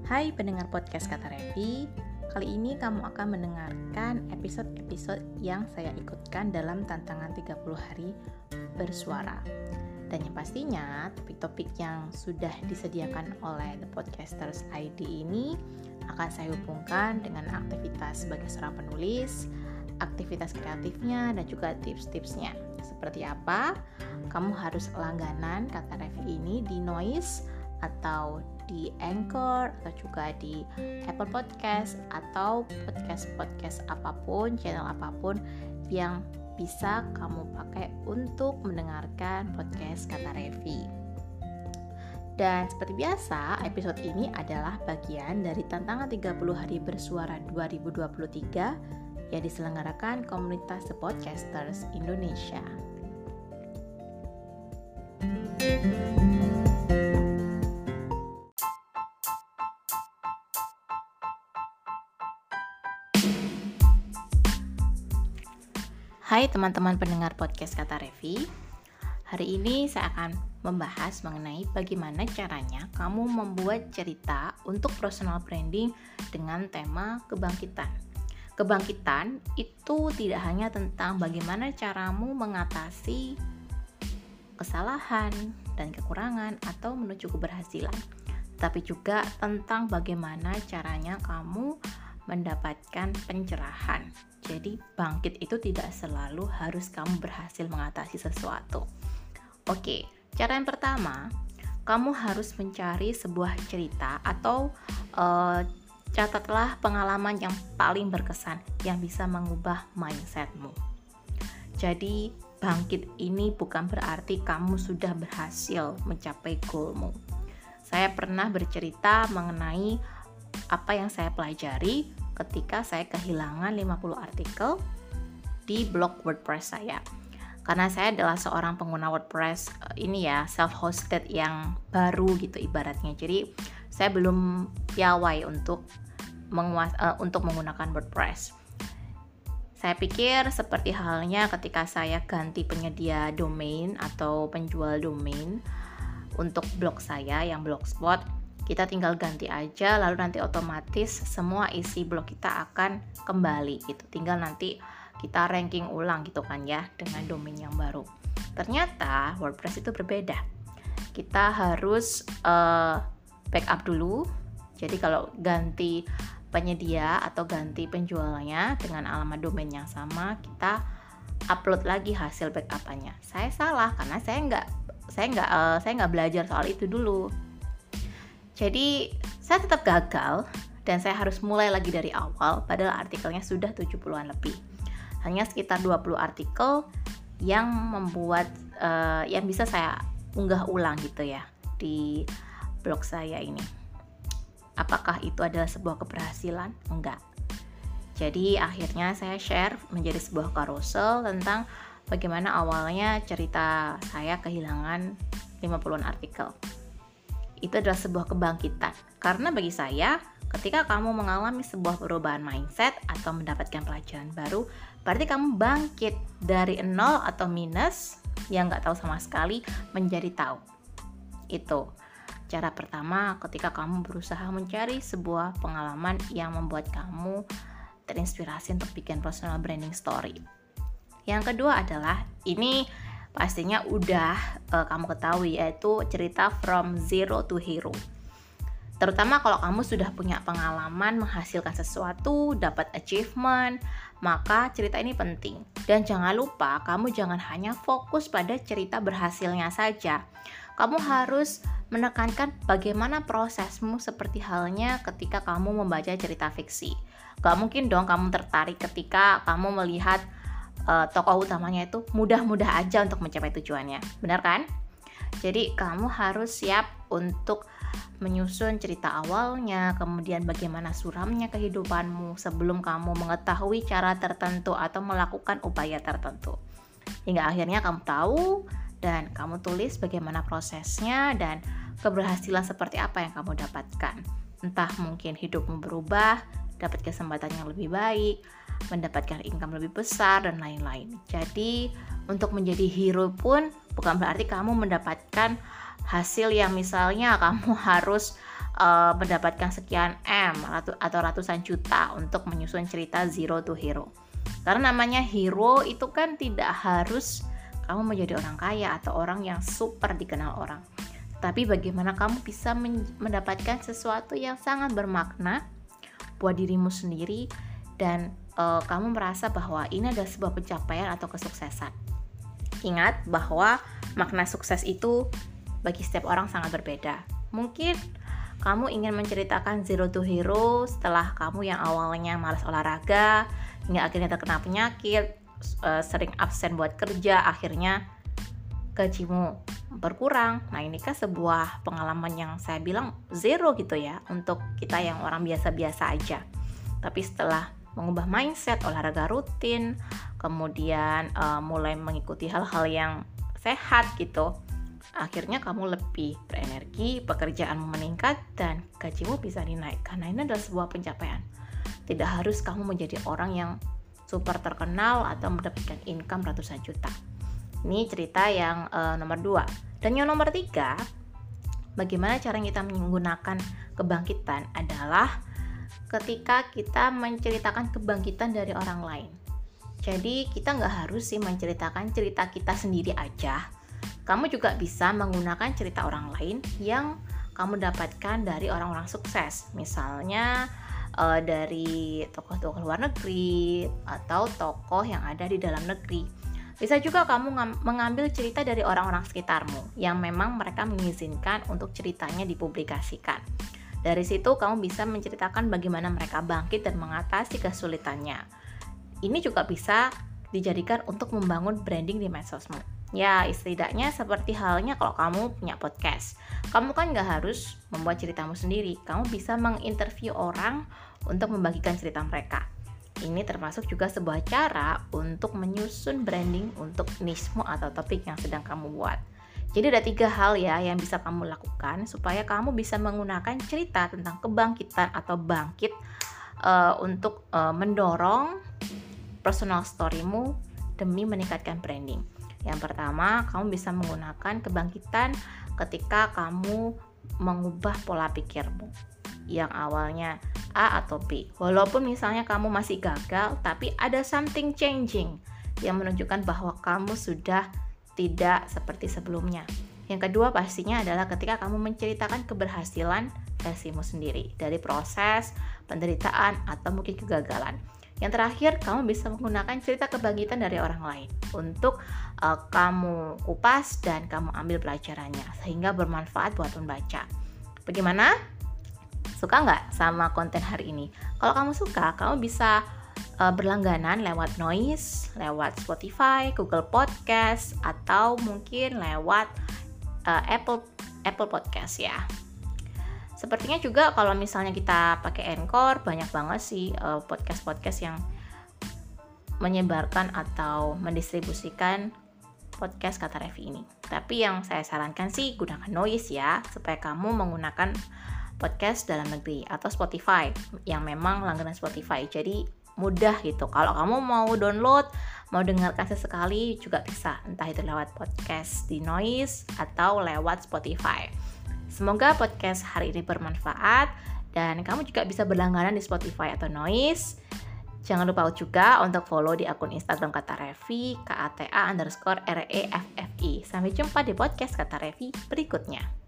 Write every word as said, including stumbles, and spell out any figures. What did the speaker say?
Hai pendengar podcast Kata Revi, kali ini kamu akan mendengarkan episode-episode yang saya ikutkan dalam tantangan tiga puluh hari bersuara. Dan yang pastinya topik-topik yang sudah disediakan oleh The Podcasters I D ini akan saya hubungkan dengan aktivitas sebagai seorang penulis, aktivitas kreatifnya, dan juga tips-tipsnya. Seperti apa? Kamu harus langganan Kata Revi ini di Noise atau di Anchor atau juga di Apple Podcast atau podcast-podcast apapun, channel apapun yang bisa kamu pakai untuk mendengarkan podcast Kata Revi. Dan seperti biasa, episode ini adalah bagian dari tantangan tiga puluh hari bersuara dua ribu dua puluh tiga yang diselenggarakan komunitas The Podcasters Indonesia. Hai teman-teman pendengar podcast Kata Revi. Hari ini saya akan membahas mengenai bagaimana caranya kamu membuat cerita untuk personal branding dengan tema kebangkitan. Kebangkitan itu tidak hanya tentang bagaimana caramu mengatasi kesalahan dan kekurangan atau menuju keberhasilan, tapi juga tentang bagaimana caranya kamu mendapatkan pencerahan. Jadi bangkit itu tidak selalu harus kamu berhasil mengatasi sesuatu. Oke, cara yang pertama, kamu harus mencari sebuah cerita atau uh, catatlah pengalaman yang paling berkesan yang bisa mengubah mindsetmu. Jadi bangkit ini bukan berarti kamu sudah berhasil mencapai goalmu. Saya pernah bercerita mengenai apa yang saya pelajari ketika saya kehilangan lima puluh artikel di blog WordPress saya. Karena saya adalah seorang pengguna WordPress ini ya, self-hosted yang baru gitu ibaratnya. Jadi saya belum piawai untuk menguas- uh, untuk menggunakan WordPress. Saya pikir seperti halnya ketika saya ganti penyedia domain atau penjual domain untuk blog saya yang Blogspot, kita tinggal ganti aja, lalu nanti otomatis semua isi blog kita akan kembali gitu. Tinggal nanti kita ranking ulang gitu kan ya dengan domain yang baru. Ternyata WordPress itu berbeda. Kita harus uh, backup dulu. Jadi kalau ganti penyedia atau ganti penjualnya dengan alamat domain yang sama, kita upload lagi hasil backupannya. Saya salah karena saya nggak saya nggak uh, saya nggak belajar soal itu dulu. Jadi saya tetap gagal dan saya harus mulai lagi dari awal padahal artikelnya sudah tujuh puluhan lebih. Hanya sekitar dua puluh artikel yang membuat uh, yang bisa saya unggah ulang gitu ya di blog saya ini. Apakah itu adalah sebuah keberhasilan? Enggak. Jadi akhirnya saya share menjadi sebuah carousel tentang bagaimana awalnya cerita saya kehilangan lima puluhan artikel. Itu adalah sebuah kebangkitan. Karena bagi saya, ketika kamu mengalami sebuah perubahan mindset atau mendapatkan pelajaran baru, berarti kamu bangkit dari nol atau minus yang nggak tahu sama sekali menjadi tahu. Itu cara pertama ketika kamu berusaha mencari sebuah pengalaman yang membuat kamu terinspirasi untuk bikin personal branding story. Yang kedua adalah, ini pastinya udah uh, kamu ketahui, yaitu cerita from zero to hero. Terutama kalau kamu sudah punya pengalaman menghasilkan sesuatu, dapat achievement, maka cerita ini penting. Dan jangan lupa, kamu jangan hanya fokus pada cerita berhasilnya saja. Kamu harus menekankan bagaimana prosesmu seperti halnya ketika kamu membaca cerita fiksi. Gak mungkin dong kamu tertarik ketika kamu melihat Uh, tokoh utamanya itu mudah-mudah aja untuk mencapai tujuannya, benar kan? Jadi kamu harus siap untuk menyusun cerita awalnya, kemudian bagaimana suramnya kehidupanmu sebelum kamu mengetahui cara tertentu atau melakukan upaya tertentu. Hingga akhirnya kamu tahu dan kamu tulis bagaimana prosesnya dan keberhasilan seperti apa yang kamu dapatkan. Entah mungkin hidupmu berubah, dapat kesempatan yang lebih baik, mendapatkan income lebih besar, dan lain-lain. Jadi untuk menjadi hero pun bukan berarti kamu mendapatkan hasil yang misalnya kamu harus uh, mendapatkan sekian M ratu, atau ratusan juta untuk menyusun cerita Zero to Hero. Karena namanya hero itu kan tidak harus kamu menjadi orang kaya atau orang yang super dikenal orang. Tapi bagaimana kamu bisa men- mendapatkan sesuatu yang sangat bermakna buat dirimu sendiri dan uh, kamu merasa bahwa ini adalah sebuah pencapaian atau kesuksesan. Ingat bahwa makna sukses itu bagi setiap orang sangat berbeda. Mungkin kamu ingin menceritakan Zero to Hero setelah kamu yang awalnya malas olahraga hingga akhirnya terkena penyakit, uh, sering absen buat kerja, akhirnya gajimu berkurang. Nah, ini kan sebuah pengalaman yang saya bilang zero gitu ya untuk kita yang orang biasa-biasa aja. Tapi setelah mengubah mindset, olahraga rutin, kemudian uh, mulai mengikuti hal-hal yang sehat gitu, akhirnya kamu lebih berenergi, pekerjaanmu meningkat, dan gajimu bisa dinaikkan. Nah, ini adalah sebuah pencapaian. Tidak harus kamu menjadi orang yang super terkenal atau mendapatkan income ratusan juta. Ini cerita yang uh, nomor dua. Dan yang nomor tiga, bagaimana cara kita menggunakan kebangkitan adalah ketika kita menceritakan kebangkitan dari orang lain. Jadi kita nggak harus sih menceritakan cerita kita sendiri aja. Kamu juga bisa menggunakan cerita orang lain yang kamu dapatkan dari orang-orang sukses. Misalnya uh, dari tokoh-tokoh luar negeri atau tokoh yang ada di dalam negeri. Bisa juga kamu ngam- mengambil cerita dari orang-orang sekitarmu yang memang mereka mengizinkan untuk ceritanya dipublikasikan. Dari situ kamu bisa menceritakan bagaimana mereka bangkit dan mengatasi kesulitannya. Ini juga bisa dijadikan untuk membangun branding di medsosmu. Ya, setidaknya seperti halnya kalau kamu punya podcast. Kamu kan gak harus membuat ceritamu sendiri. Kamu bisa menginterview orang untuk membagikan cerita mereka. Ini termasuk juga sebuah cara untuk menyusun branding untuk niche-mu atau topik yang sedang kamu buat. Jadi ada tiga hal ya yang bisa kamu lakukan supaya kamu bisa menggunakan cerita tentang kebangkitan atau bangkit uh, untuk uh, mendorong personal story-mu demi meningkatkan branding. Yang pertama, kamu bisa menggunakan kebangkitan ketika kamu mengubah pola pikirmu yang awalnya A atau B. Walaupun misalnya kamu masih gagal, tapi ada something changing yang menunjukkan bahwa kamu sudah tidak seperti sebelumnya. Yang kedua pastinya adalah ketika kamu menceritakan keberhasilan versimu sendiri dari proses, penderitaan, atau mungkin kegagalan. Yang terakhir, kamu bisa menggunakan cerita kebangkitan dari orang lain untuk uh, kamu kupas dan kamu ambil pelajarannya sehingga bermanfaat buat pembaca. Bagaimana? Suka nggak sama konten hari ini? Kalau kamu suka, kamu bisa uh, berlangganan lewat Noise, lewat Spotify, Google Podcast, atau mungkin lewat uh, Apple Apple Podcast ya. Sepertinya juga kalau misalnya kita pakai Anchor, banyak banget sih uh, podcast-podcast yang menyebarkan atau mendistribusikan podcast Kata Revi ini. Tapi yang saya sarankan sih gunakan Noise ya, supaya kamu menggunakan podcast dalam negeri atau Spotify yang memang langganan Spotify. Jadi mudah gitu. Kalau kamu mau download, mau dengarkan sesekali juga bisa, entah itu lewat podcast di Noise atau lewat Spotify. Semoga podcast hari ini bermanfaat dan kamu juga bisa berlangganan di Spotify atau Noise. Jangan lupa juga untuk follow di akun Instagram Kata Revi, K A T A underscore R E F F I. Sampai jumpa di podcast Kata Revi berikutnya.